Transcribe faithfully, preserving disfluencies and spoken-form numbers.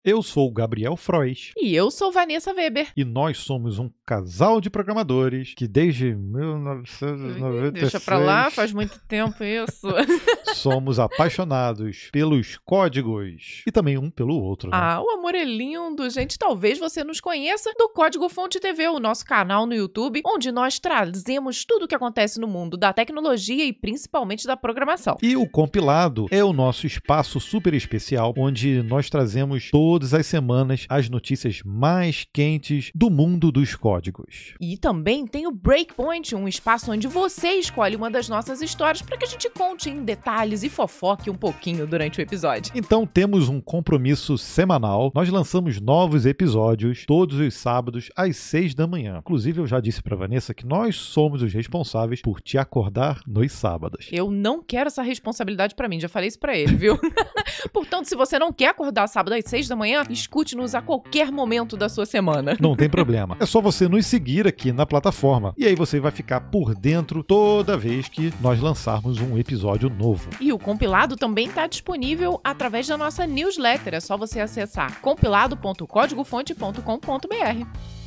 Eu sou o Gabriel Frois. E eu sou Vanessa Weber. E nós somos um casal de programadores que desde mil novecentos e noventa e seis... Deixa pra lá, faz muito tempo isso. Somos apaixonados pelos códigos e também um pelo outro. Né? Ah, o amor é lindo, gente. Talvez você nos conheça do Código Fonte T V, o nosso canal no YouTube, onde nós trazemos tudo o que acontece no mundo da tecnologia e principalmente da programação. E o Compilado é o nosso espaço super especial, onde nós trazemos todas as semanas as notícias mais quentes do mundo dos códigos. E também tem o Breakpoint, um espaço onde você escolhe uma das nossas histórias para que a gente conte em detalhes e fofoque um pouquinho durante o episódio. Então temos um compromisso semanal. Nós lançamos novos episódios todos os sábados às seis da manhã. Inclusive eu já disse para Vanessa que nós somos os responsáveis por te acordar nos sábados. Eu não quero essa responsabilidade para mim, já falei isso para ele, viu? Portanto, se você não quer acordar sábado às seis da manhã, escute-nos a qualquer momento da sua semana. Não tem problema. É só você nos seguir aqui na plataforma. E aí você vai ficar por dentro toda vez que nós lançarmos um episódio novo. E o compilado também está disponível através da nossa newsletter. É só você acessar compilado ponto código fonte ponto com ponto b r.